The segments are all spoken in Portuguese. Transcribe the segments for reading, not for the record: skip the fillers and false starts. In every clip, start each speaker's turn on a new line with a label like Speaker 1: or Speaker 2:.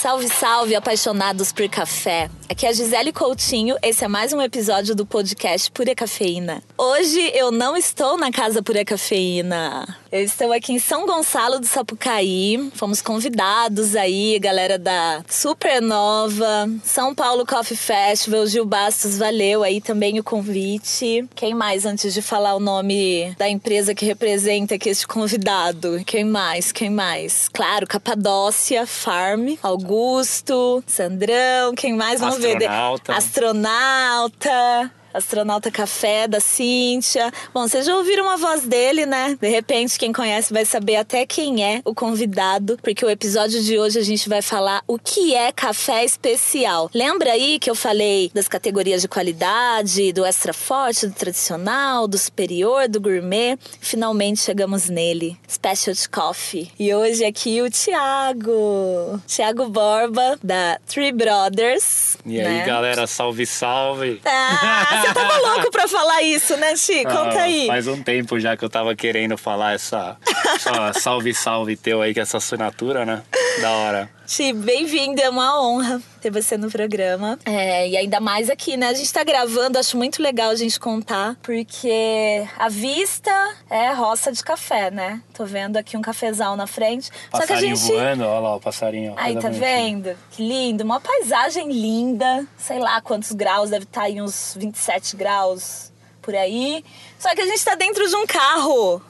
Speaker 1: Salve, salve, apaixonados por café. Aqui é a Gisele Coutinho, esse é mais um episódio do podcast Pura Cafeína. Hoje eu não estou na Casa Pura Cafeína. Eu estou aqui em São Gonçalo do Sapucaí. Fomos convidados aí, galera da Supernova, São Paulo Coffee Festival, Gil Bastos, valeu aí também o convite. Quem mais, antes de falar o nome da empresa que representa aqui este convidado? Quem mais? Claro, Capadócia Farm, Augusto, Sandrão, quem mais? Vamos ver. Astronauta Café, da Cíntia. Bom, vocês já ouviram a voz dele, né? De repente, quem conhece vai saber até quem é o convidado, porque o episódio de hoje a gente vai falar o que é café especial. Lembra aí que eu falei das categorias de qualidade, do extra forte, do tradicional, do superior, do gourmet? Finalmente chegamos nele, Specialty Coffee. E hoje aqui o Thiago Borba, da Three Brothers.
Speaker 2: E aí, galera, salve, salve!
Speaker 1: Você tava louco pra falar isso, né, Chi? Conta aí.
Speaker 2: Faz um tempo já que eu tava querendo falar essa salve, salve teu aí, que é essa assinatura, né? Da hora.
Speaker 1: Chi, bem-vindo, é uma honra ter você no programa. E ainda mais aqui, né? A gente tá gravando, acho muito legal a gente contar, porque a vista é roça de café, né? Tô vendo aqui um cafezal na frente.
Speaker 2: Passarinho
Speaker 1: Só que a gente...
Speaker 2: voando, olha lá o passarinho.
Speaker 1: Aí, tá vendo? Que lindo, uma paisagem linda. Sei lá quantos graus, deve estar aí uns 27 graus por aí. Só que a gente tá dentro de um carro.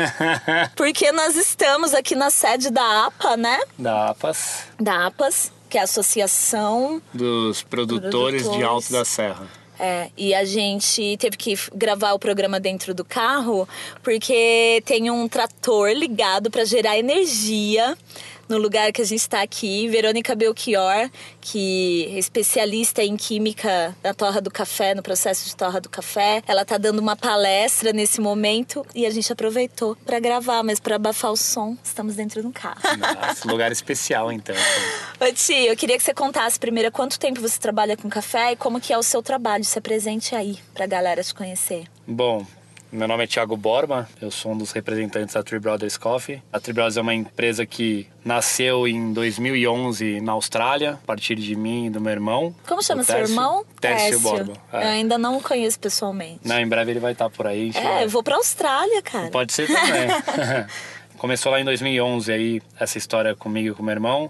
Speaker 1: Porque nós estamos aqui na sede da APA, né?
Speaker 2: Da APAS.
Speaker 1: Da APAS, que é a Associação
Speaker 2: dos Produtores de Alto da Serra.
Speaker 1: E a gente teve que gravar o programa dentro do carro porque tem um trator ligado para gerar energia no lugar que a gente está aqui. Verônica Belchior, que é especialista em química na torra do café, no processo de torra do café. Ela tá dando uma palestra nesse momento e a gente aproveitou para gravar, mas para abafar o som, estamos dentro de um carro.
Speaker 2: Nossa, lugar especial, então.
Speaker 1: Ô, Ti, eu queria que você contasse primeiro quanto tempo você trabalha com café e como que é o seu trabalho. Se apresente aí pra galera te conhecer.
Speaker 2: Bom, meu nome é Thiago Borba, eu sou um dos representantes da Three Brothers Coffee. A Three Brothers é uma empresa que nasceu em 2011 na Austrália, a partir de mim e do meu irmão.
Speaker 1: Como chama seu irmão?
Speaker 2: Tércio Borba.
Speaker 1: Eu ainda não o conheço pessoalmente.
Speaker 2: Não, em breve ele vai estar por aí.
Speaker 1: Eu vou pra Austrália, cara.
Speaker 2: Pode ser também. Começou lá em 2011 aí, essa história comigo e com meu irmão.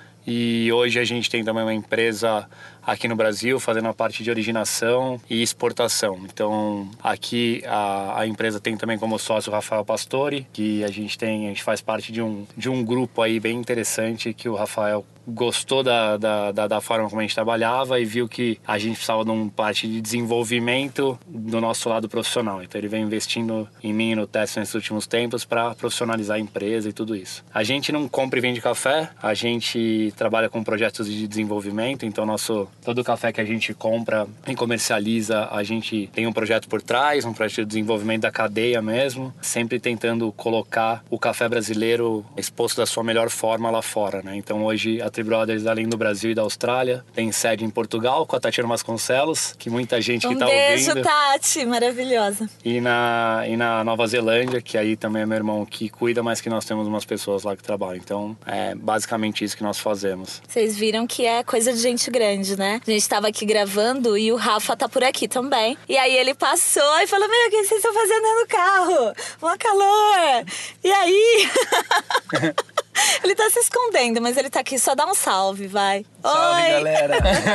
Speaker 2: E hoje a gente tem também uma empresa aqui no Brasil fazendo a parte de originação e exportação. Então aqui a empresa tem também como sócio o Rafael Pastore, que a gente faz parte de um grupo aí bem interessante, que o Rafael gostou da forma como a gente trabalhava e viu que a gente precisava de uma parte de desenvolvimento do nosso lado profissional. Então ele vem investindo em mim e no Tess nesses últimos tempos para profissionalizar a empresa e tudo isso. A gente não compra e vende café, a gente trabalha com projetos de desenvolvimento, então todo o café que a gente compra e comercializa, a gente tem um projeto por trás, um projeto de desenvolvimento da cadeia mesmo, sempre tentando colocar o café brasileiro exposto da sua melhor forma lá fora, né? Então hoje a Three Brothers, além do Brasil e da Austrália, tem sede em Portugal com a Tatiana Vasconcelos, que muita gente que tá ouvindo.
Speaker 1: Um beijo, Tati, maravilhosa.
Speaker 2: E na Nova Zelândia, que aí também é meu irmão que cuida, mas que nós temos umas pessoas lá que trabalham. Então é basicamente isso que nós fazemos.
Speaker 1: Vocês viram que é coisa de gente grande, né? A gente tava aqui gravando e o Rafa tá por aqui também. E aí ele passou e falou: meu, o que vocês estão fazendo no carro? Mó calor! E aí... Ele tá se escondendo, mas ele tá aqui. Só dá um salve, vai.
Speaker 2: Salve,
Speaker 1: oi,
Speaker 2: galera!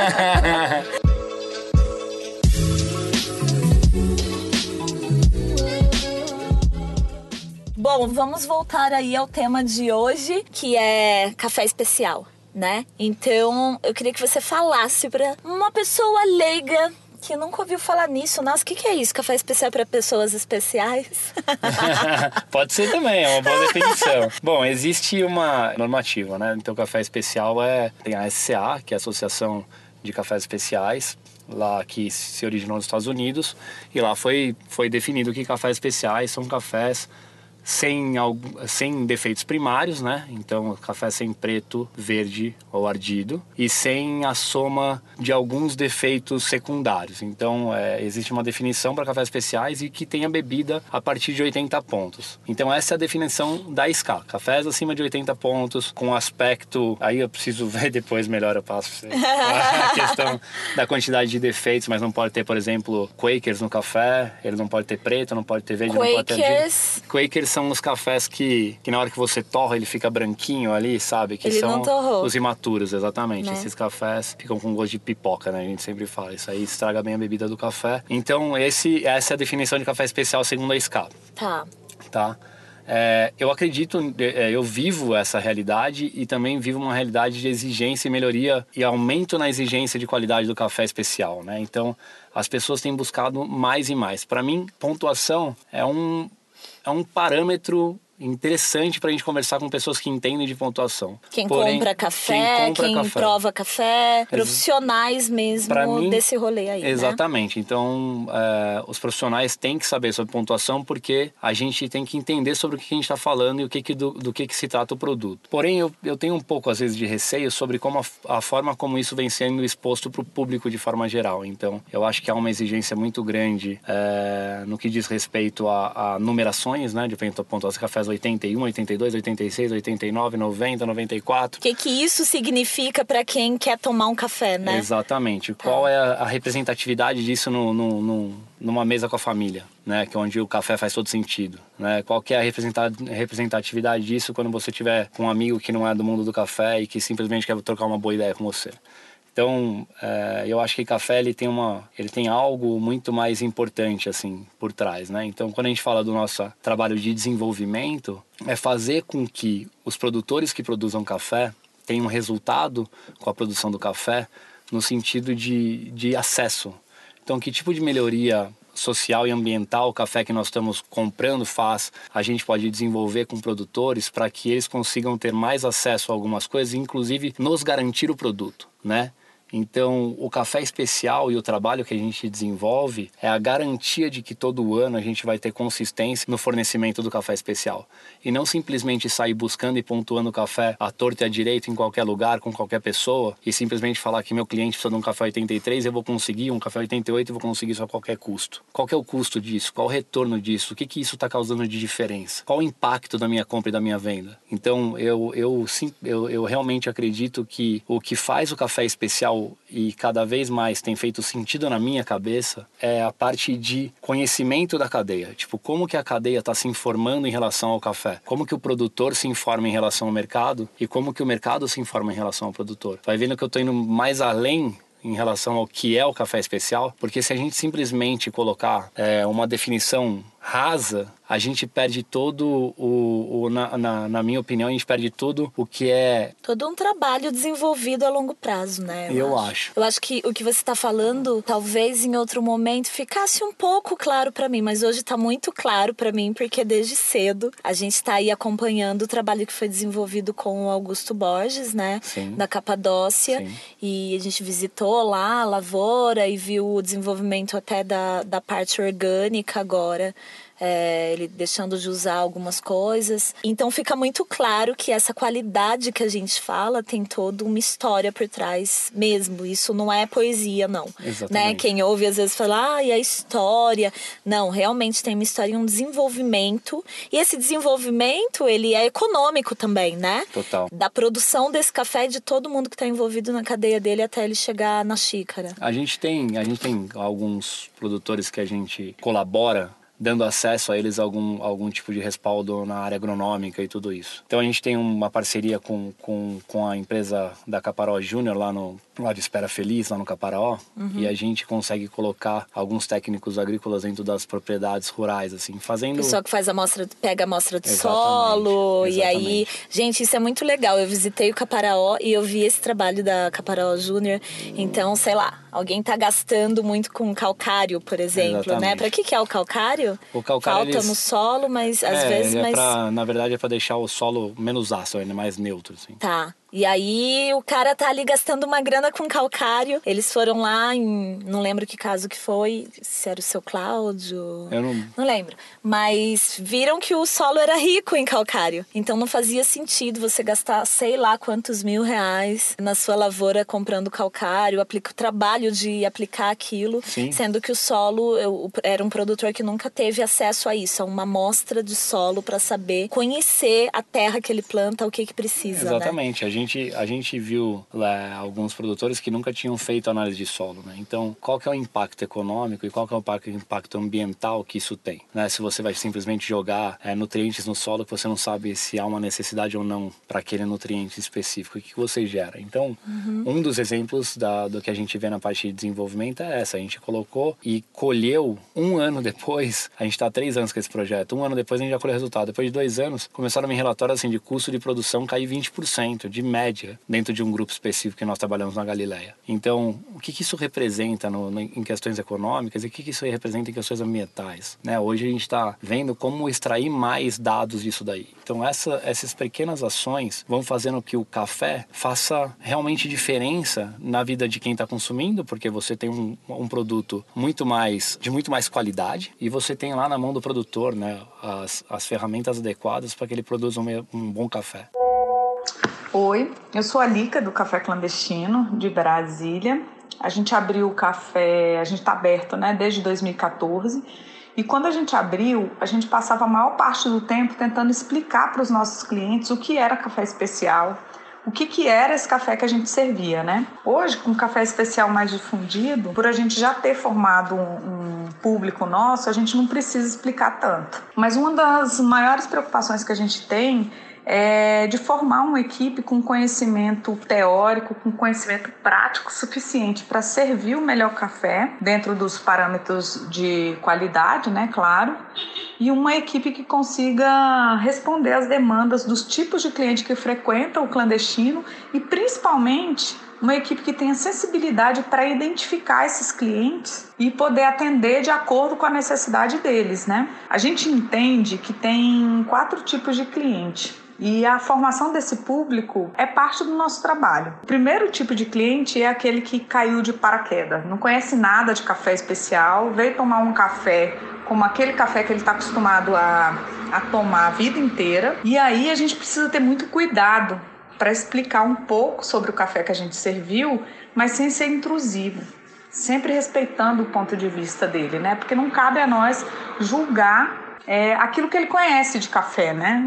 Speaker 1: Bom, vamos voltar aí ao tema de hoje, que é café especial, né? Então, eu queria que você falasse pra uma pessoa leiga que nunca ouviu falar nisso. Nossa, o que é isso? Café especial para pessoas especiais?
Speaker 2: Pode ser também, é uma boa definição. Bom, existe uma normativa, né? Então, café especial tem a SCA, que é a Associação de Cafés Especiais, lá que se originou nos Estados Unidos, e lá foi definido que cafés especiais são cafés sem defeitos primários, né? Então, café sem preto, verde ou ardido. E sem a soma de alguns defeitos secundários. Então, existe uma definição para cafés especiais e que tenha bebida a partir de 80 pontos. Então, essa é a definição da escala. Cafés acima de 80 pontos, com aspecto... Aí eu preciso ver depois melhor, eu passo pra você. A questão da quantidade de defeitos, mas não pode ter, por exemplo, Quakers no café. Ele não pode ter preto, não pode ter verde, não pode ter ardido. Quakers são os cafés que na hora que você torra, ele fica branquinho ali, sabe? Que
Speaker 1: ele
Speaker 2: são
Speaker 1: não torrou.
Speaker 2: Os imaturos, exatamente.
Speaker 1: Né?
Speaker 2: Esses cafés ficam com gosto de pipoca, né? A gente sempre fala. Isso aí estraga bem a bebida do café. Então, essa é a definição de café especial segundo a escala. Tá? Eu acredito, eu vivo essa realidade e também vivo uma realidade de exigência e melhoria e aumento na exigência de qualidade do café especial, né? Então, as pessoas têm buscado mais e mais. Para mim, pontuação é um parâmetro interessante para a gente conversar com pessoas que entendem de pontuação.
Speaker 1: Quem compra café, quem prova café, profissionais mesmo desse rolê aí,
Speaker 2: exatamente.
Speaker 1: Né?
Speaker 2: Então, os profissionais têm que saber sobre pontuação porque a gente tem que entender sobre o que a gente está falando e do que se trata o produto. Porém, eu tenho um pouco, às vezes, de receio sobre como a forma como isso vem sendo exposto para o público de forma geral. Então, eu acho que há uma exigência muito grande no que diz respeito a numerações, né, de pontuação. Cafés 81, 82, 86, 89, 90, 94.
Speaker 1: O que isso significa para quem quer tomar um café, né?
Speaker 2: Exatamente. Qual é a representatividade disso numa mesa com a família, né? Que é onde o café faz todo sentido, né? Qual que é a representatividade disso quando você tiver com um amigo que não é do mundo do café e que simplesmente quer trocar uma boa ideia com você? Então, eu acho que café ele tem algo muito mais importante assim por trás, né? Então, quando a gente fala do nosso trabalho de desenvolvimento, é fazer com que os produtores que produzam café tenham resultado com a produção do café no sentido de acesso. Então, que tipo de melhoria social e ambiental o café que nós estamos comprando a gente pode desenvolver com produtores para que eles consigam ter mais acesso a algumas coisas, inclusive nos garantir o produto, né? Então, o café especial e o trabalho que a gente desenvolve é a garantia de que todo ano a gente vai ter consistência no fornecimento do café especial. E não simplesmente sair buscando e pontuando o café à torta e à direita em qualquer lugar, com qualquer pessoa, e simplesmente falar que meu cliente precisa de um café 83, eu vou conseguir um café 88, eu vou conseguir isso a qualquer custo. Qual que é o custo disso? Qual o retorno disso? O que isso está causando de diferença? Qual o impacto da minha compra e da minha venda? Então, eu realmente acredito que o que faz o café especial e cada vez mais tem feito sentido na minha cabeça é a parte de conhecimento da cadeia. Tipo, como que a cadeia está se informando em relação ao café? Como que o produtor se informa em relação ao mercado? E como que o mercado se informa em relação ao produtor? Vai vendo que eu estou indo mais além em relação ao que é o café especial, porque se a gente simplesmente colocar uma definição rasa, a gente perde todo na minha opinião, a gente perde tudo o que é...
Speaker 1: Todo um trabalho desenvolvido a longo prazo, né?
Speaker 2: Eu acho.
Speaker 1: Eu acho que o que você está falando, talvez em outro momento ficasse um pouco claro para mim, mas hoje está muito claro para mim, porque desde cedo a gente está aí acompanhando o trabalho que foi desenvolvido com o Augusto Borges, né?
Speaker 2: Sim.
Speaker 1: Da Capadócia. Sim. E a gente visitou lá a lavoura e viu o desenvolvimento até da parte orgânica agora. Ele deixando de usar algumas coisas. Então fica muito claro que essa qualidade que a gente fala tem toda uma história por trás mesmo. Isso não é poesia, não.
Speaker 2: Exatamente.
Speaker 1: Né? Quem ouve às vezes fala, e a história. Não, realmente tem uma história e um desenvolvimento. E esse desenvolvimento, ele é econômico também, né?
Speaker 2: Total.
Speaker 1: Da produção desse café e de todo mundo que está envolvido na cadeia dele até ele chegar na xícara.
Speaker 2: A gente tem alguns produtores que a gente colabora, dando acesso a eles a algum tipo de respaldo na área agronômica e tudo isso. Então a gente tem uma parceria com a empresa da Caparaó Júnior lá de Espera Feliz, lá no Caparaó, e a gente consegue colocar alguns técnicos agrícolas dentro das propriedades rurais, assim, fazendo...
Speaker 1: Pessoal que pega a amostra de solo,
Speaker 2: exatamente.
Speaker 1: E aí... Gente, isso é muito legal. Eu visitei o Caparaó e eu vi esse trabalho da Caparaó Júnior. Então, sei lá, alguém tá gastando muito com calcário, por exemplo, exatamente. Né? Pra que é o calcário?
Speaker 2: O calcário
Speaker 1: falta no solo, mas às vezes...
Speaker 2: na verdade é para deixar o solo menos ácido, ainda mais neutro, assim.
Speaker 1: Tá. E aí o cara tá ali gastando uma grana com calcário. Eles foram lá não lembro que caso que foi, se era o seu Cláudio.
Speaker 2: Eu
Speaker 1: não lembro. Mas viram que o solo era rico em calcário. Então não fazia sentido você gastar sei lá quantos R$1.000 na sua lavoura comprando calcário, o trabalho de aplicar aquilo,
Speaker 2: Sim.
Speaker 1: sendo que o solo, eu era um produtor que nunca teve acesso a isso, a uma amostra de solo para saber, conhecer a terra que ele planta, o que precisa.
Speaker 2: Exatamente.
Speaker 1: Né?
Speaker 2: A gente viu lá alguns produtores que nunca tinham feito análise de solo, né? Então, qual que é o impacto econômico e qual que é o impacto ambiental que isso tem, né? Se você vai simplesmente jogar nutrientes no solo que você não sabe se há uma necessidade ou não para aquele nutriente específico, o que você gera. Então, um dos exemplos do que a gente vê na parte de desenvolvimento é essa. A gente colocou e colheu 1 ano depois, a gente está há 3 anos com esse projeto, 1 ano depois a gente já colheu resultado. Depois de 2 anos, começaram a me relatórios assim, de custo de produção cair 20% de média dentro de um grupo específico que nós trabalhamos na Galileia. Então, o que isso representa em questões econômicas e o que isso representa em questões ambientais, né? Hoje a gente está vendo como extrair mais dados disso daí. Então, essas pequenas ações vão fazendo que o café faça realmente diferença na vida de quem está consumindo, porque você tem um produto de muito mais qualidade e você tem lá na mão do produtor, né, as ferramentas adequadas para que ele produza um bom café.
Speaker 3: Oi, eu sou a Lica do Café Clandestino de Brasília. A gente abriu o café, a gente está aberto, né, desde 2014. E quando a gente abriu, a gente passava a maior parte do tempo tentando explicar para os nossos clientes o que era café especial, o que era esse café que a gente servia, né? Hoje, com o café especial mais difundido, por a gente já ter formado um público nosso, a gente não precisa explicar tanto. Mas uma das maiores preocupações que a gente tem é de formar uma equipe com conhecimento teórico, com conhecimento prático suficiente para servir o melhor café, dentro dos parâmetros de qualidade, né, claro, e uma equipe que consiga responder às demandas dos tipos de cliente que frequentam o clandestino e, principalmente, uma equipe que tenha sensibilidade para identificar esses clientes e poder atender de acordo com a necessidade deles, né? A gente entende que tem 4 tipos de cliente. E a formação desse público é parte do nosso trabalho. O primeiro tipo de cliente é aquele que caiu de paraquedas, não conhece nada de café especial, veio tomar um café como aquele café que ele está acostumado a tomar a vida inteira. E aí a gente precisa ter muito cuidado para explicar um pouco sobre o café que a gente serviu, mas sem ser intrusivo, sempre respeitando o ponto de vista dele, né? Porque não cabe a nós julgar aquilo que ele conhece de café, né?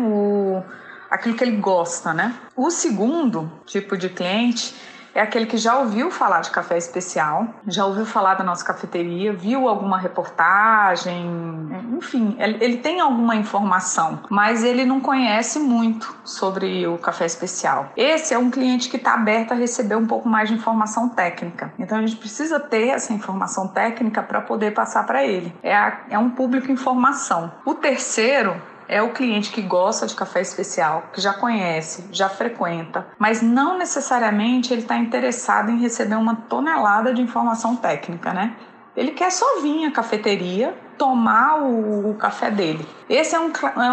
Speaker 3: Aquilo que ele gosta, né? O segundo tipo de cliente é aquele que já ouviu falar de café especial, já ouviu falar da nossa cafeteria, viu alguma reportagem, enfim, ele tem alguma informação, mas ele não conhece muito sobre o café especial. Esse é um cliente que está aberto a receber um pouco mais de informação técnica. Então a gente precisa ter essa informação técnica para poder passar para ele. É um público em formação. O terceiro é o cliente que gosta de café especial, que já conhece, já frequenta, mas não necessariamente ele está interessado em receber uma tonelada de informação técnica, né? Ele quer só vir à cafeteria, tomar o café dele. Esse é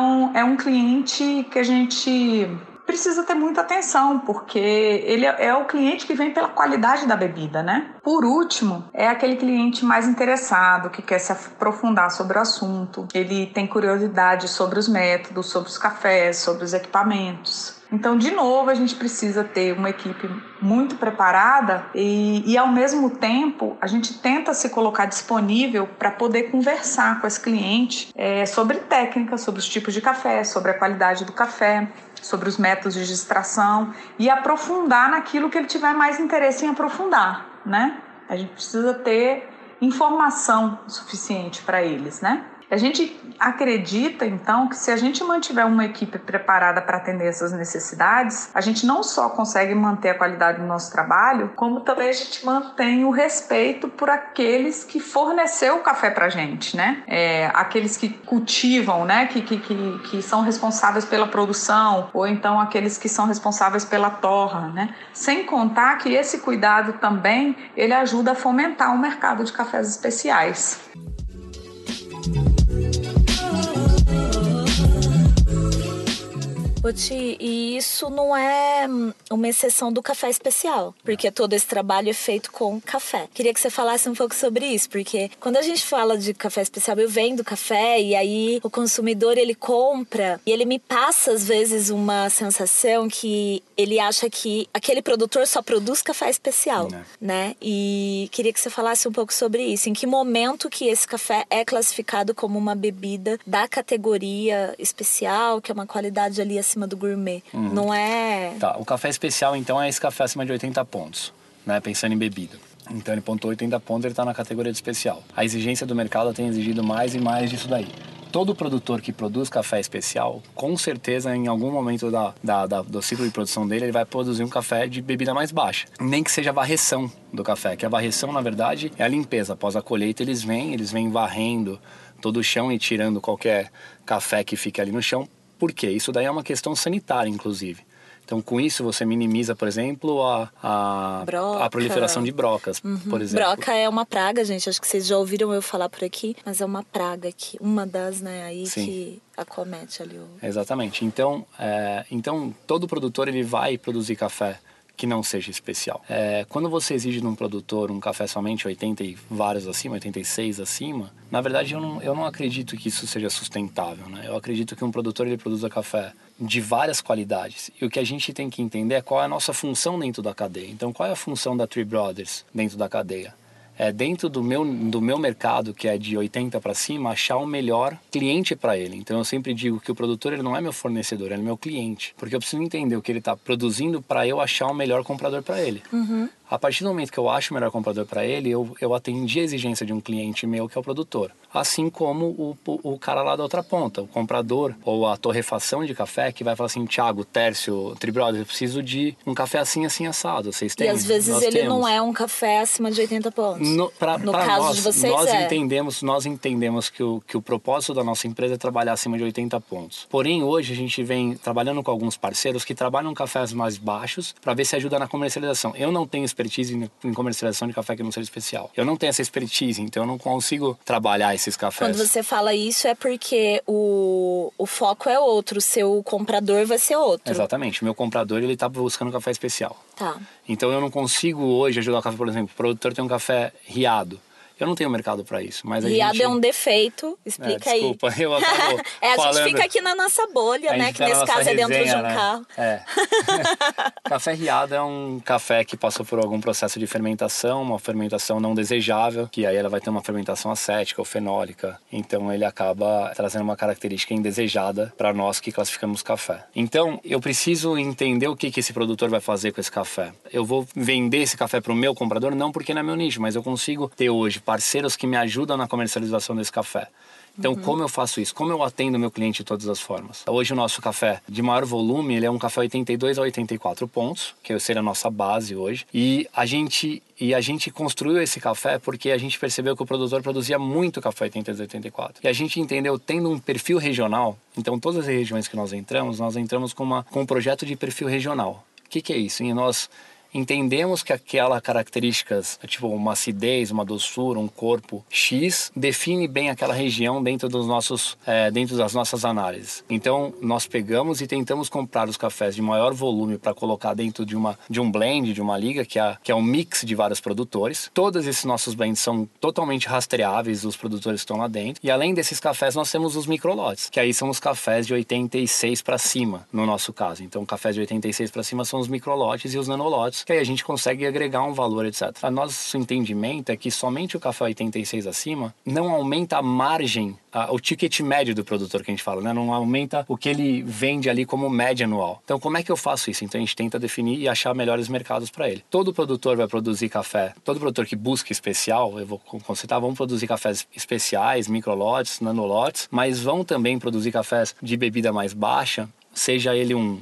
Speaker 3: um cliente que a gente precisa ter muita atenção, porque ele é o cliente que vem pela qualidade da bebida, né? Por último, é aquele cliente mais interessado, que quer se aprofundar sobre o assunto. Ele tem curiosidade sobre os métodos, sobre os cafés, sobre os equipamentos. Então, de novo, a gente precisa ter uma equipe muito preparada e ao mesmo tempo, a gente tenta se colocar disponível para poder conversar com esse cliente sobre técnica, sobre os tipos de café, sobre a qualidade do café, sobre os métodos de extração e aprofundar naquilo que ele tiver mais interesse em aprofundar, né? A gente precisa ter informação suficiente para eles, né? A gente acredita, então, que se a gente mantiver uma equipe preparada para atender essas necessidades, a gente não só consegue manter a qualidade do nosso trabalho, como também a gente mantém o respeito por aqueles que forneceu o café para a gente, né? Aqueles que cultivam, né? Que são responsáveis pela produção, ou então aqueles que são responsáveis pela torra, né? Sem contar que esse cuidado também, ele ajuda a fomentar o mercado de cafés especiais.
Speaker 1: Ô Ti, e isso não é uma exceção do café especial, porque todo esse trabalho é feito com café. Queria que você falasse um pouco sobre isso, porque quando a gente fala de café especial, eu vendo café e aí o consumidor, ele compra e ele me passa às vezes uma sensação que ele acha que aquele produtor só produz café especial, né? E queria que você falasse um pouco sobre isso. Em que momento que esse café é classificado como uma bebida da categoria especial, que é uma qualidade ali acima do gourmet? Não é...
Speaker 2: Tá, o café especial, então, é esse café acima de 80 pontos, né? Pensando em bebida. Então, ele pontuou 80 pontos, ele está na categoria de especial. A exigência do mercado tem exigido mais e mais disso daí. Todo produtor que produz café especial, com certeza, em algum momento do ciclo de produção dele, ele vai produzir um café de bebida mais baixa. Nem que seja a varreção do café, que a varreção, na verdade, é a limpeza. Após a colheita, eles vêm varrendo todo o chão e tirando qualquer café que fique ali no chão. Por quê? Isso daí é uma questão sanitária, inclusive. Então, com isso, você minimiza, por exemplo, a proliferação de brocas, por exemplo.
Speaker 1: Broca é uma praga, gente. Acho que vocês já ouviram eu falar por aqui. Mas é uma praga, uma das, né, aí
Speaker 2: Sim.
Speaker 1: que acomete ali o...
Speaker 2: Exatamente. Então, todo produtor ele vai produzir café que não seja especial. Quando você exige de um produtor um café somente 80 e vários acima, 86 acima, na verdade eu não acredito que isso seja sustentável, né? Eu acredito que um produtor ele produza café de várias qualidades. E o que a gente tem que entender é qual é a nossa função dentro da cadeia. Então, qual é a função da Tree Brothers dentro da cadeia? Dentro do meu mercado, que é de 80 para cima, achar o melhor cliente para ele. Então eu sempre digo que o produtor ele não é meu fornecedor, ele é meu cliente. Porque eu preciso entender o que ele está produzindo para eu achar o melhor comprador para ele. A partir do momento que eu acho o melhor comprador para ele, eu atendi a exigência de um cliente meu, que é o produtor. Assim como o cara lá da outra ponta, o comprador ou a torrefação de café, que vai falar assim, Thiago, Tércio, Tree Brothers, eu preciso de um café assim, assim, assado. Vocês têm?
Speaker 1: E às vezes ele não é um café acima de 80 pontos. No caso de vocês,
Speaker 2: nós entendemos que o propósito da nossa empresa é trabalhar acima de 80 pontos. Porém, hoje a gente vem trabalhando com alguns parceiros que trabalham cafés mais baixos para ver se ajuda na comercialização. Eu não tenho expertise em comercialização de café que não seja especial. Eu não tenho essa expertise, então eu não consigo trabalhar esses cafés.
Speaker 1: Quando você fala isso é porque o foco é outro, o seu comprador vai ser outro.
Speaker 2: Exatamente, o meu comprador ele está buscando café especial.
Speaker 1: Tá.
Speaker 2: Então eu não consigo hoje ajudar o café, por exemplo, o produtor tem um café riado. Eu não tenho mercado para isso, mas
Speaker 1: riado é um defeito, explica aí.
Speaker 2: Desculpa, eu acabo
Speaker 1: a gente fica aqui na nossa bolha, né? Que nesse caso é dentro de um carro.
Speaker 2: Café riado é um café que passou por algum processo de fermentação, uma fermentação não desejável, que aí ela vai ter uma fermentação acética ou fenólica. Então ele acaba trazendo uma característica indesejada para nós que classificamos café. Então eu preciso entender o que esse produtor vai fazer com esse café. Eu vou vender esse café para o meu comprador, não porque não é meu nicho, mas eu consigo ter hoje parceiros que me ajudam na comercialização desse café. Então, como eu faço isso? Como eu atendo o meu cliente de todas as formas? Hoje, o nosso café de maior volume, ele é um café 82 a 84 pontos, que seria a nossa base hoje. E a gente construiu esse café porque a gente percebeu que o produtor produzia muito café 82 a 84. E a gente entendeu, tendo um perfil regional, então todas as regiões que nós entramos com um projeto de perfil regional. O que é isso? E nós entendemos que aquelas características, tipo uma acidez, uma doçura, um corpo X, define bem aquela região dentro das nossas análises. Então, nós pegamos e tentamos comprar os cafés de maior volume para colocar dentro de um blend, de uma liga, que é um mix de vários produtores. Todos esses nossos blends são totalmente rastreáveis, os produtores estão lá dentro. E além desses cafés, nós temos os microlotes, que aí são os cafés de 86 para cima, no nosso caso. Então, cafés de 86 para cima são os microlotes e os nanolotes, que aí a gente consegue agregar um valor, etc. O nosso entendimento é que somente o café 86 acima não aumenta a margem, o ticket médio do produtor que a gente fala, né? Não aumenta o que ele vende ali como média anual. Então, como é que eu faço isso? Então, a gente tenta definir e achar melhores mercados para ele. Todo produtor vai produzir café, todo produtor que busca especial, eu vou conceituar, vão produzir cafés especiais, microlotes, nanolotes, mas vão também produzir cafés de bebida mais baixa, seja ele um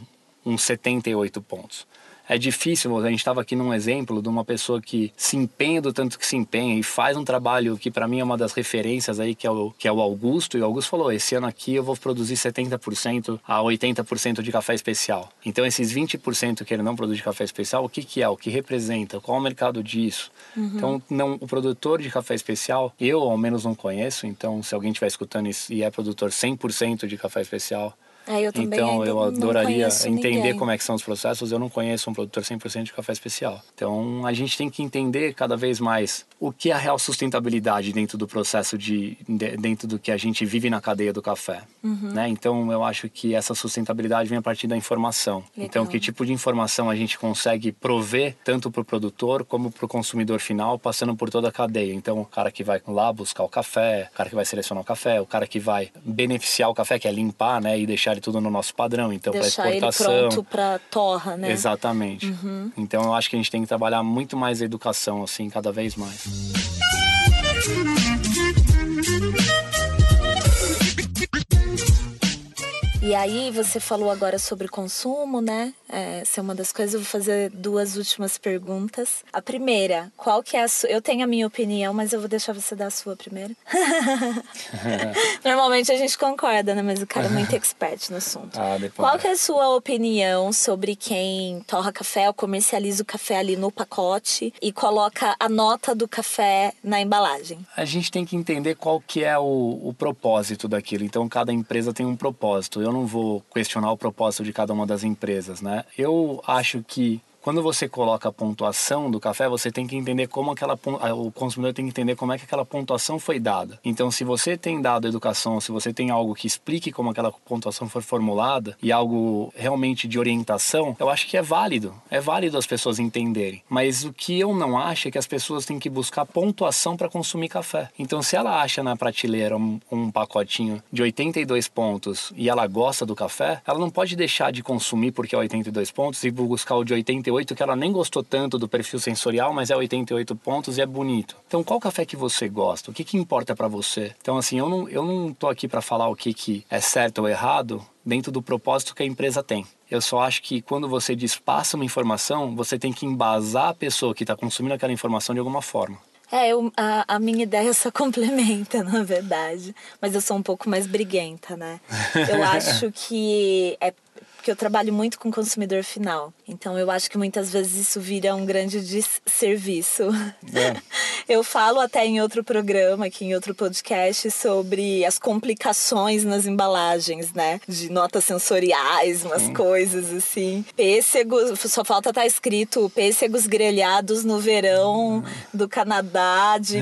Speaker 2: 78 pontos. É difícil, a gente estava aqui num exemplo de uma pessoa que se empenha do tanto que se empenha e faz um trabalho que para mim é uma das referências aí, que é o Augusto, e o Augusto falou, esse ano aqui eu vou produzir 70% a 80% de café especial. Então esses 20% que ele não produz de café especial, o que é? O que representa? Qual é o mercado disso? Então o produtor de café especial, eu ao menos não conheço, então se alguém estiver escutando isso e é produtor 100% de café especial,
Speaker 1: Eu também
Speaker 2: então eu adoraria entender
Speaker 1: ninguém.
Speaker 2: como é que são os processos. Eu não conheço um produtor 100% de café especial. Então a gente tem que entender cada vez mais o que é a real sustentabilidade dentro do processo dentro do que a gente vive na cadeia do café, né? Então eu acho que essa sustentabilidade vem a partir da informação.
Speaker 1: Legal.
Speaker 2: Então que tipo de informação a gente consegue prover tanto para o produtor como para o consumidor final, passando por toda a cadeia. Então o cara que vai lá buscar o café, o cara que vai selecionar o café, o cara que vai beneficiar o café, que é limpar, né, e deixar ele tudo no nosso padrão, então para exportação.
Speaker 1: Deixar ele pronto para torra, né?
Speaker 2: Exatamente. Então eu acho que a gente tem que trabalhar muito mais a educação, assim, cada vez mais.
Speaker 1: E aí, você falou agora sobre consumo, né? Essa é uma das coisas. Eu vou fazer 2 últimas perguntas. A primeira, qual que é a sua... Eu tenho a minha opinião, mas eu vou deixar você dar a sua primeiro. Normalmente a gente concorda, né? Mas o cara é muito expert no assunto. Qual que é a sua opinião sobre quem torra café ou comercializa o café ali no pacote e coloca a nota do café na embalagem?
Speaker 2: A gente tem que entender qual que é o propósito daquilo. Então, cada empresa tem um propósito. Eu não vou questionar o propósito de cada uma das empresas, né? Eu acho que quando você coloca a pontuação do café, você tem que entender como o consumidor tem que entender como é que aquela pontuação foi dada. Então, se você tem dado educação, se você tem algo que explique como aquela pontuação foi formulada e algo realmente de orientação, eu acho que é válido as pessoas entenderem. Mas o que eu não acho é que as pessoas têm que buscar pontuação para consumir café. Então, se ela acha na prateleira um pacotinho de 82 pontos e ela gosta do café, ela não pode deixar de consumir porque é 82 pontos e buscar o de 88, que ela nem gostou tanto do perfil sensorial, mas é 88 pontos e é bonito. Então, qual café que você gosta? O que importa pra você? Então, assim, eu não tô aqui pra falar o que é certo ou errado dentro do propósito que a empresa tem. Eu só acho que quando você passa uma informação, você tem que embasar a pessoa que está consumindo aquela informação de alguma forma.
Speaker 1: A minha ideia só complementa, na verdade. Mas eu sou um pouco mais briguenta, né? Eu acho que porque eu trabalho muito com o consumidor final. Então, eu acho que muitas vezes isso vira um grande desserviço. Eu falo até em outro programa, aqui em outro podcast, sobre as complicações nas embalagens, né? De notas sensoriais, umas coisas assim. Pêssegos, só falta estar escrito pêssegos grelhados no verão do Canadá de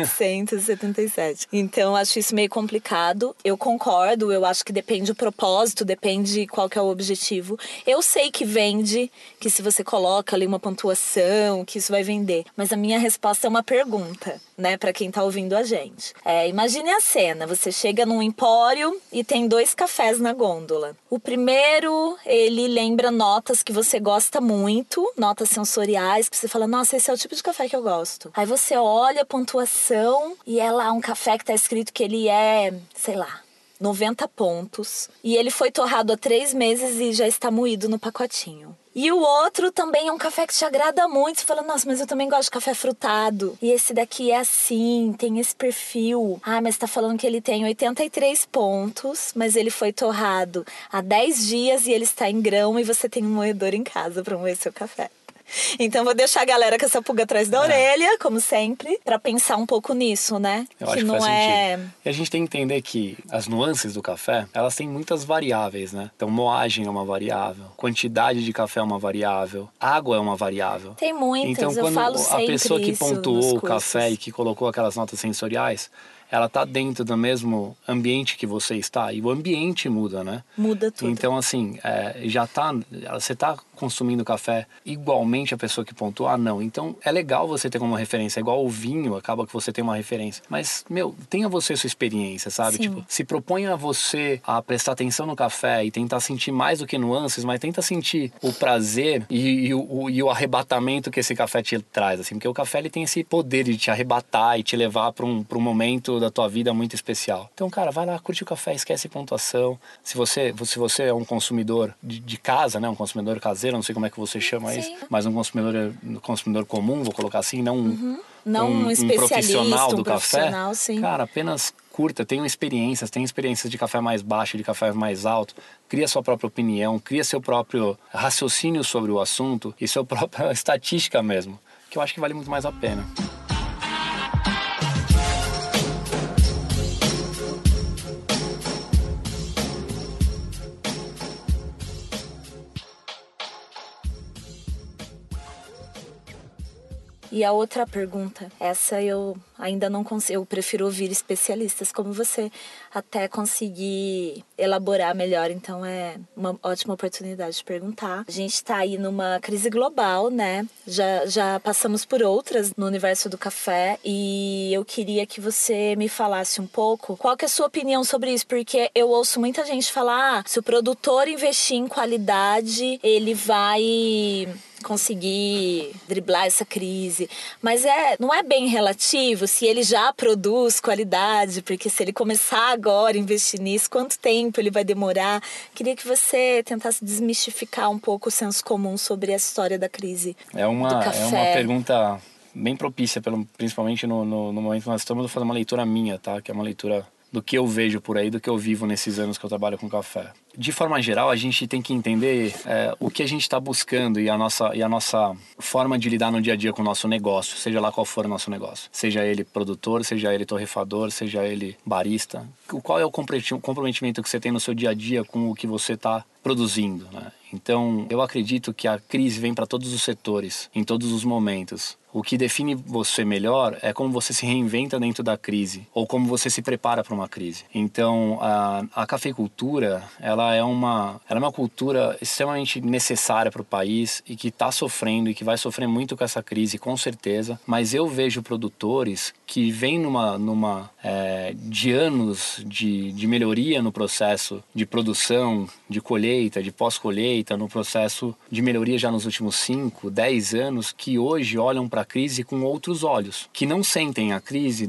Speaker 1: 1877. Então, acho isso meio complicado. Eu concordo, eu acho que depende do propósito, depende qual que é o objetivo. Eu sei que vende, que se você coloca ali uma pontuação, que isso vai vender. Mas a minha resposta é uma pergunta, né, pra quem tá ouvindo a gente. Imagine a cena, você chega num empório e tem 2 cafés na gôndola. O primeiro, ele lembra notas que você gosta muito, notas sensoriais, que você fala, nossa, esse é o tipo de café que eu gosto. Aí você olha a pontuação e é lá um café que tá escrito que ele é, sei lá, 90 pontos. E ele foi torrado há 3 meses e já está moído no pacotinho. E o outro também é um café que te agrada muito. Você fala, nossa, mas eu também gosto de café frutado. E esse daqui é assim, tem esse perfil. Mas tá falando que ele tem 83 pontos, mas ele foi torrado há 10 dias e ele está em grão e você tem um moedor em casa para moer seu café. Então vou deixar a galera com essa pulga atrás da orelha, como sempre, pra pensar um pouco nisso, né?
Speaker 2: Eu acho que não faz sentido. E a gente tem que entender que as nuances do café, elas têm muitas variáveis, né? Então moagem é uma variável, quantidade de café é uma variável, água é uma variável.
Speaker 1: Tem muitas,
Speaker 2: então, quando
Speaker 1: eu falo sempre
Speaker 2: a pessoa que pontuou o café
Speaker 1: cursos.
Speaker 2: e que colocou aquelas notas sensoriais, ela tá dentro do mesmo ambiente que você está. E o ambiente muda, né?
Speaker 1: Muda tudo.
Speaker 2: Então, assim, você tá consumindo café igualmente a pessoa que pontuou? Não. Então, é legal você ter como referência. É igual o vinho, acaba que você tem uma referência. Mas, tenha você sua experiência, sabe?
Speaker 1: Sim.
Speaker 2: Tipo, se proponha você a prestar atenção no café e tentar sentir mais do que nuances, mas tenta sentir o prazer e o arrebatamento que esse café te traz, assim. Porque o café, ele tem esse poder de te arrebatar e te levar para um momento da tua vida muito especial. Então, cara, vai lá, curte o café, esquece pontuação. Se você é um consumidor de casa, né, um consumidor caseiro, não sei como é que você chama isso, mas um consumidor comum, vou colocar assim, não um profissional do café,
Speaker 1: sim.
Speaker 2: Cara, apenas curta, tenha experiências de café mais baixo, de café mais alto, cria sua própria opinião, cria seu próprio raciocínio sobre o assunto e sua própria estatística mesmo, que eu acho que vale muito mais a pena.
Speaker 1: E a outra pergunta, essa eu ainda não consigo, eu prefiro ouvir especialistas como você, até conseguir elaborar melhor, então é uma ótima oportunidade de perguntar. A gente está aí numa crise global, né? Já passamos por outras no universo do café e eu queria que você me falasse um pouco qual que é a sua opinião sobre isso, porque eu ouço muita gente falar, se o produtor investir em qualidade, ele vai conseguir driblar essa crise, mas não é bem relativo se ele já produz qualidade, porque se ele começar agora a investir nisso, quanto tempo ele vai demorar? Queria que você tentasse desmistificar um pouco o senso comum sobre a história da crise do café.
Speaker 2: É uma pergunta bem propícia, principalmente no momento que nós estamos fazendo uma leitura minha, tá? Que é uma leitura do que eu vejo por aí, do que eu vivo nesses anos que eu trabalho com café. De forma geral, a gente tem que entender o que a gente está buscando e a nossa forma de lidar no dia a dia com o nosso negócio, seja lá qual for o nosso negócio. Seja ele produtor, seja ele torrefador, seja ele barista. Qual é o comprometimento que você tem no seu dia a dia com o que você está produzindo, né? Então, eu acredito que a crise vem para todos os setores, em todos os momentos. O que define você melhor é como você se reinventa dentro da crise, ou como você se prepara para uma crise. Então, a cafeicultura, ela é uma cultura extremamente necessária para o país e que está sofrendo e que vai sofrer muito com essa crise, com certeza. Mas eu vejo produtores que vêm de anos de melhoria no processo de produção, de colheita, de pós-colheita, no processo de melhoria já nos últimos 5, 10 anos, que hoje olham para a crise com outros olhos, que não sentem a crise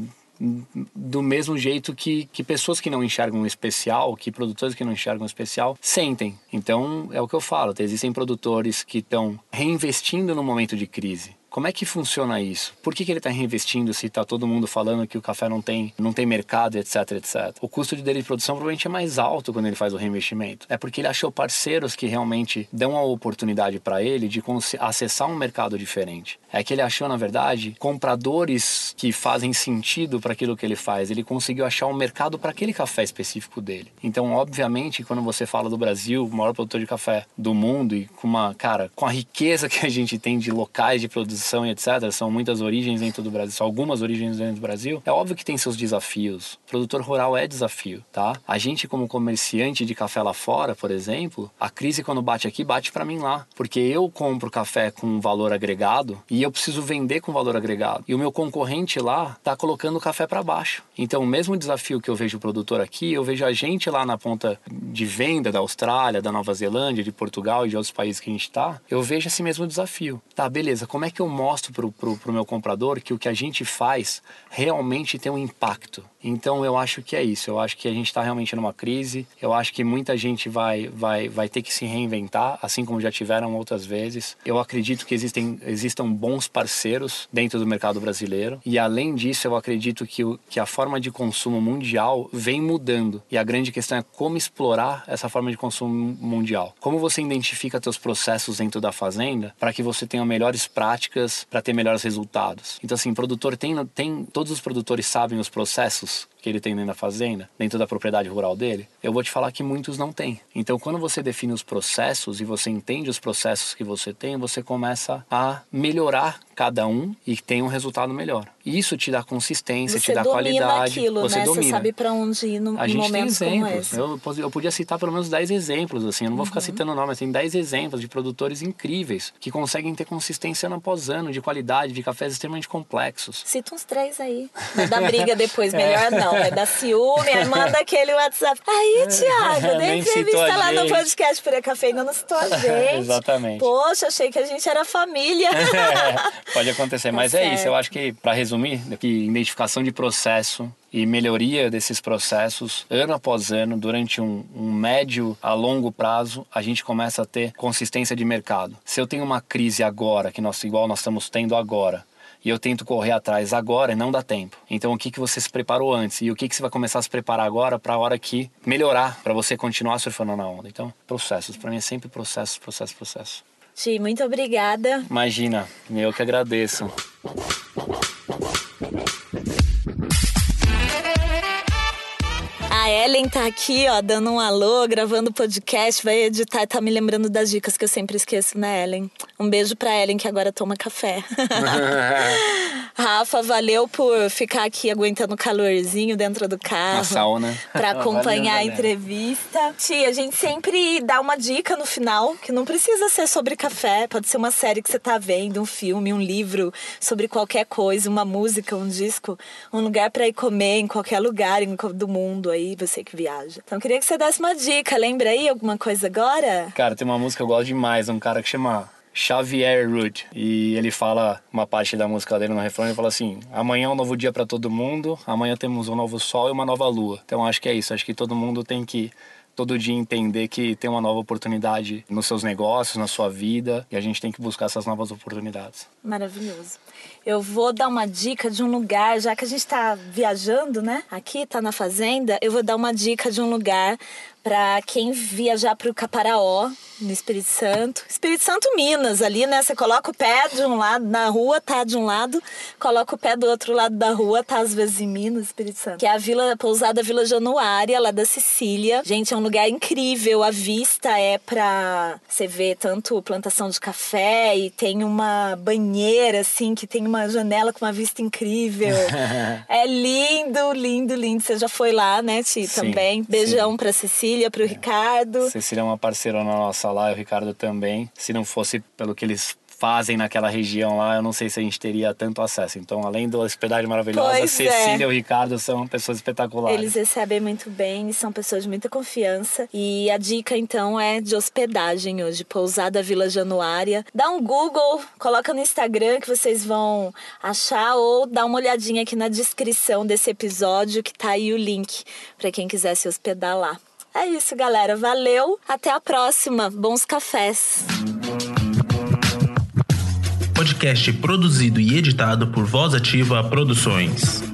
Speaker 2: do mesmo jeito que pessoas que não enxergam o especial, que produtores que não enxergam o especial, sentem. Então, é o que eu falo, existem produtores que estão reinvestindo no momento de crise. Como é que funciona isso? Por que ele está reinvestindo se está todo mundo falando que o café não tem mercado, etc, etc? O custo dele de produção provavelmente é mais alto quando ele faz o reinvestimento. É porque ele achou parceiros que realmente dão a oportunidade para ele de acessar um mercado diferente. É que ele achou, na verdade, compradores que fazem sentido para aquilo que ele faz. Ele conseguiu achar um mercado para aquele café específico dele. Então, obviamente, quando você fala do Brasil, o maior produtor de café do mundo e com a riqueza que a gente tem de locais de produção e etc, são muitas origens dentro do Brasil, são algumas origens dentro do Brasil, é óbvio que tem seus desafios. Produtor rural é desafio, tá? A gente, como comerciante de café lá fora, por exemplo, a crise quando bate aqui, bate pra mim lá, porque eu compro café com valor agregado e eu preciso vender com valor agregado, e o meu concorrente lá tá colocando o café pra baixo. Então, o mesmo desafio que eu vejo o produtor aqui, eu vejo a gente lá na ponta de venda da Austrália, da Nova Zelândia, de Portugal e de outros países que a gente tá, eu vejo esse mesmo desafio. Tá, beleza, como é que eu mostro pro meu comprador que o que a gente faz realmente tem um impacto? Então eu acho que é isso, eu acho que a gente está realmente numa crise, eu acho que muita gente vai ter que se reinventar, assim como já tiveram outras vezes. Eu acredito que existam bons parceiros dentro do mercado brasileiro e além disso eu acredito que a forma de consumo mundial vem mudando e a grande questão é como explorar essa forma de consumo mundial. Como você identifica seus processos dentro da fazenda para que você tenha melhores práticas para ter melhores resultados. Então assim, produtor todos os produtores sabem os processos que ele tem dentro da fazenda, dentro da propriedade rural dele. Eu vou te falar que muitos não têm. Então quando você define os processos e você entende os processos que você tem, você começa a melhorar cada um e tem um resultado melhor. E isso te dá consistência, te dá qualidade.
Speaker 1: Aquilo,
Speaker 2: você
Speaker 1: né?
Speaker 2: domina.
Speaker 1: Você sabe para onde ir em momentos como esse.
Speaker 2: Eu podia citar pelo menos 10 exemplos, assim, eu não vou ficar citando nomes, mas tem 10 exemplos de produtores incríveis que conseguem ter consistência ano após ano, de qualidade, de cafés extremamente complexos.
Speaker 1: Cita uns 3 aí. Vai dar briga depois, melhor não. Vai dar ciúme, aí manda aquele WhatsApp. Aí, Thiago, dei entrevista lá no podcast Pura Cafeína, não citou a gente.
Speaker 2: Exatamente.
Speaker 1: Poxa, achei que a gente era família.
Speaker 2: Pode acontecer, mas
Speaker 1: certo.
Speaker 2: É isso. Eu acho que, para resumir, que identificação de processo e melhoria desses processos, ano após ano, durante um médio a longo prazo, a gente começa a ter consistência de mercado. Se eu tenho uma crise agora, igual nós estamos tendo agora, e eu tento correr atrás agora e não dá tempo. Então o que você se preparou antes e o que você vai começar a se preparar agora para a hora que melhorar, para você continuar surfando na onda. Então, processos. Para mim é sempre processo.
Speaker 1: Ti, muito obrigada.
Speaker 2: Imagina, eu que agradeço.
Speaker 1: A Ellen tá aqui, ó, dando um alô, gravando podcast, vai editar e tá me lembrando das dicas que eu sempre esqueço, né, Ellen? Um beijo pra Ellen, que agora toma café. Rafa, valeu por ficar aqui aguentando o calorzinho dentro do carro.
Speaker 2: Uma sauna.
Speaker 1: Pra acompanhar a entrevista. Tia, a gente sempre dá uma dica no final, que não precisa ser sobre café, pode ser uma série que você tá vendo, um filme, um livro, sobre qualquer coisa, uma música, um disco, um lugar pra ir comer em qualquer lugar do mundo aí, você que viaja. Então queria que você desse uma dica, lembra aí alguma coisa agora?
Speaker 2: Cara, tem uma música que eu gosto demais, um cara que chama Xavier Rudd, e ele fala, uma parte da música dele no refrão, ele fala assim: amanhã é um novo dia pra todo mundo, amanhã temos um novo sol e uma nova lua. Então acho que é isso, acho que todo mundo tem que todo dia entender que tem uma nova oportunidade nos seus negócios, na sua vida, e a gente tem que buscar essas novas oportunidades.
Speaker 1: Maravilhoso. Eu vou dar uma dica de um lugar, já que a gente tá viajando, né? Aqui, tá na fazenda, eu vou dar uma dica de um lugar para quem viajar pro Caparaó, no Espírito Santo. Espírito Santo, Minas, ali, né? Você coloca o pé de um lado na rua, tá de um lado, coloca o pé do outro lado da rua, tá às vezes em Minas, Espírito Santo. Que é a pousada Vila Januária, lá da Sicília. Gente, é um lugar incrível, a vista é pra você ver tanto plantação de café e tem uma banheira, assim, que tem uma janela com uma vista incrível. É lindo, lindo, lindo. Você já foi lá, né, Ti?
Speaker 2: Sim,
Speaker 1: também. Beijão
Speaker 2: sim.
Speaker 1: pra Cecília, pro Ricardo.
Speaker 2: Cecília é uma parceira nossa lá, e o Ricardo também. Se não fosse pelo que eles fazem naquela região lá, eu não sei se a gente teria tanto acesso. Então, além da hospedagem maravilhosa, a Cecília e o Ricardo são pessoas espetaculares.
Speaker 1: Eles recebem muito bem e são pessoas de muita confiança. E a dica, então, é de hospedagem hoje. Pousada Vila Januária. Dá um Google, coloca no Instagram que vocês vão achar, ou dá uma olhadinha aqui na descrição desse episódio, que tá aí o link para quem quiser se hospedar lá. É isso, galera. Valeu. Até a próxima. Bons cafés.
Speaker 4: Podcast produzido e editado por Voz Ativa Produções.